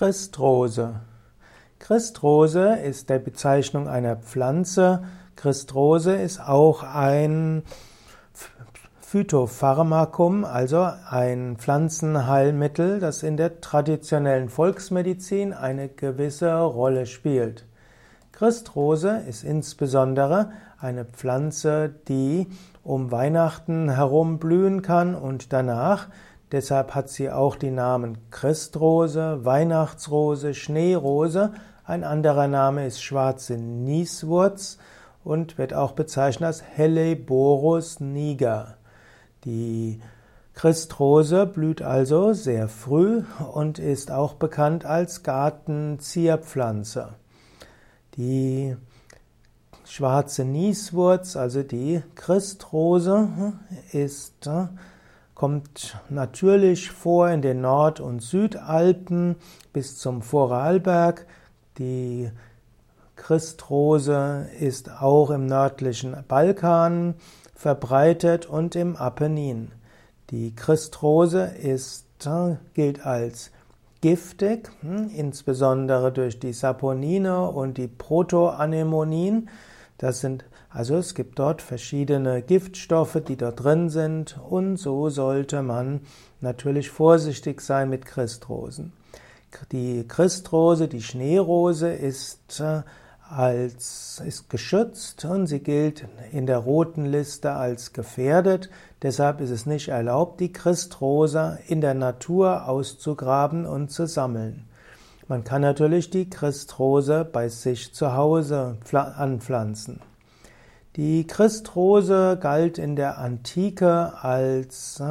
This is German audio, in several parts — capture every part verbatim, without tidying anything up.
Christrose. Christrose ist der Bezeichnung einer Pflanze. Christrose ist auch ein Phytopharmakum, also ein Pflanzenheilmittel, das in der traditionellen Volksmedizin eine gewisse Rolle spielt. Christrose ist insbesondere eine Pflanze, die um Weihnachten herum blühen kann und danach. Deshalb hat sie auch die Namen Christrose, Weihnachtsrose, Schneerose. Ein anderer Name ist schwarze Nieswurz und wird auch bezeichnet als Helleborus niger. Die Christrose blüht also sehr früh und ist auch bekannt als Gartenzierpflanze. Die schwarze Nieswurz, also die Christrose, ist, kommt natürlich vor in den Nord- und Südalpen bis zum Vorarlberg. Die Christrose ist auch im nördlichen Balkan verbreitet und im Apennin. Die Christrose ist, gilt als giftig, insbesondere durch die Saponine und die Protoanemonin. Das sind, also es gibt dort verschiedene Giftstoffe, die dort drin sind, und so sollte man natürlich vorsichtig sein mit Christrosen. Die Christrose, die Schneerose, ist als ist geschützt und sie gilt in der roten Liste als gefährdet. Deshalb ist es nicht erlaubt, die Christrose in der Natur auszugraben und zu sammeln. Man kann natürlich die Christrose bei sich zu Hause anpflanzen. Die Christrose galt in der Antike als,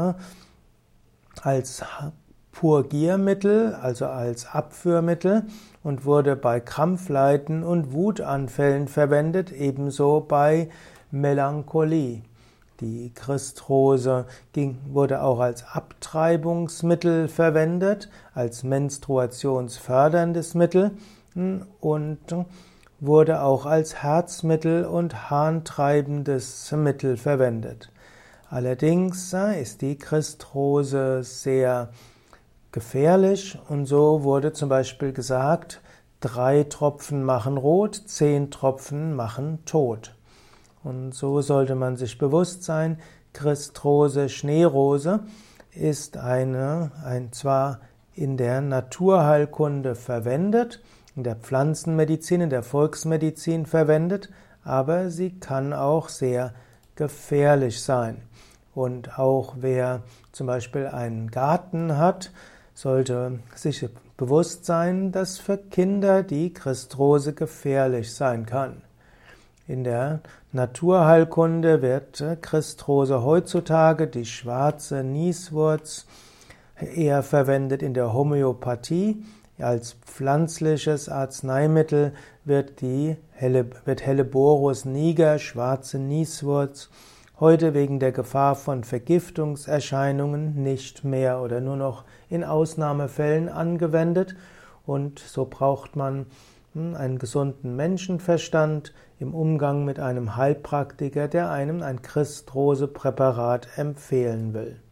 als Purgiermittel, also als Abführmittel, und wurde bei Krampfleiden und Wutanfällen verwendet, ebenso bei Melancholie. Die Christrose ging, wurde auch als Abtreibungsmittel verwendet, als menstruationsförderndes Mittel und wurde auch als Herzmittel und harntreibendes Mittel verwendet. Allerdings ist die Christrose sehr gefährlich und so wurde zum Beispiel gesagt, drei Tropfen machen rot, zehn Tropfen machen tot. Und so sollte man sich bewusst sein, Christrose, Schneerose ist eine, ein zwar in der Naturheilkunde verwendet, in der Pflanzenmedizin, in der Volksmedizin verwendet, aber sie kann auch sehr gefährlich sein. Und auch wer zum Beispiel einen Garten hat, sollte sich bewusst sein, dass für Kinder die Christrose gefährlich sein kann. In der Naturheilkunde wird Christrose heutzutage, die schwarze Nieswurz, eher verwendet. In der Homöopathie als pflanzliches Arzneimittel wird die Helle, wird Helleborus niger, schwarze Nieswurz, heute wegen der Gefahr von Vergiftungserscheinungen nicht mehr oder nur noch in Ausnahmefällen angewendet. Und so braucht man einen gesunden Menschenverstand im Umgang mit einem Heilpraktiker, der einem ein Christrose-Präparat empfehlen will.